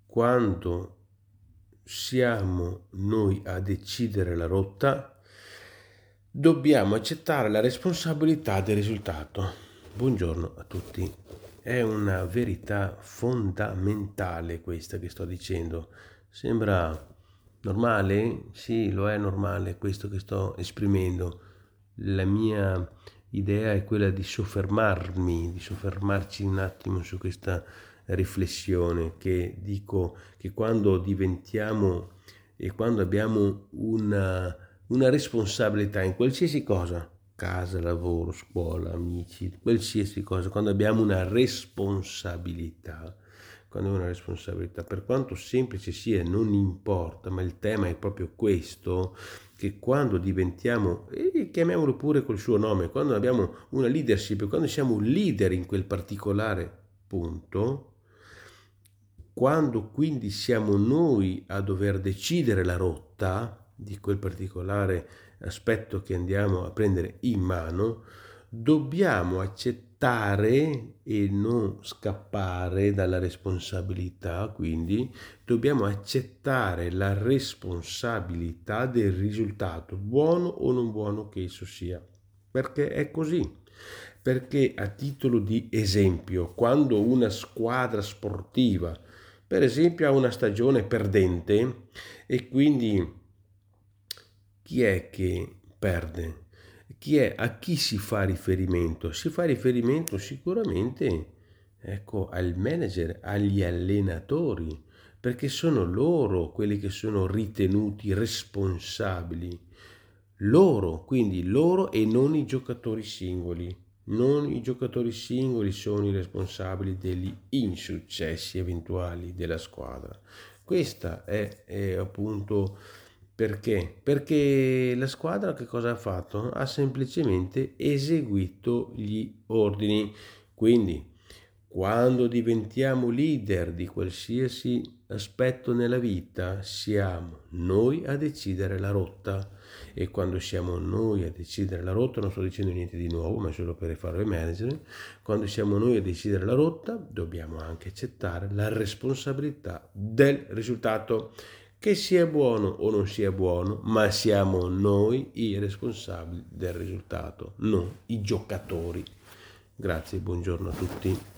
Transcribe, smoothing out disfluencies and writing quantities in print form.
quando siamo noi a decidere la rotta, dobbiamo accettare la responsabilità del risultato. Buongiorno a tutti. È una verità fondamentale questa che sto dicendo. Sembra normale? Sì, lo è normale questo che sto esprimendo. La mia idea è quella di soffermarci un attimo su questa riflessione, che dico che quando diventiamo e quando abbiamo una responsabilità in qualsiasi cosa, casa, lavoro, scuola, amici, qualsiasi cosa, quando è una responsabilità, per quanto semplice sia, non importa, ma il tema è proprio questo, che quando diventiamo, e chiamiamolo pure col suo nome, quando abbiamo una leadership, quando siamo un leader in quel particolare punto, quando quindi siamo noi a dover decidere la rotta di quel particolare aspetto che andiamo a prendere in mano, dobbiamo accettare e non scappare dalla responsabilità, quindi dobbiamo accettare la responsabilità del risultato, buono o non buono che esso sia, perché è così. Perché a titolo di esempio, quando una squadra sportiva, per esempio, ha una stagione perdente e quindi chi è che perde? A chi si fa riferimento? Si fa riferimento sicuramente, ecco, al manager, agli allenatori, perché sono loro quelli che sono ritenuti responsabili. Loro, quindi loro e non i giocatori singoli. Non i giocatori singoli sono i responsabili degli insuccessi eventuali della squadra. Questa è appunto perché? Perché la squadra che cosa ha fatto? Ha semplicemente eseguito gli ordini. Quindi, quando diventiamo leader di qualsiasi aspetto nella vita, siamo noi a decidere la rotta. E quando siamo noi a decidere la rotta, non sto dicendo niente di nuovo, ma è solo per fare il manager, quando siamo noi a decidere la rotta, dobbiamo anche accettare la responsabilità del risultato. Che sia buono o non sia buono, ma siamo noi i responsabili del risultato, non i giocatori. Grazie, buongiorno a tutti.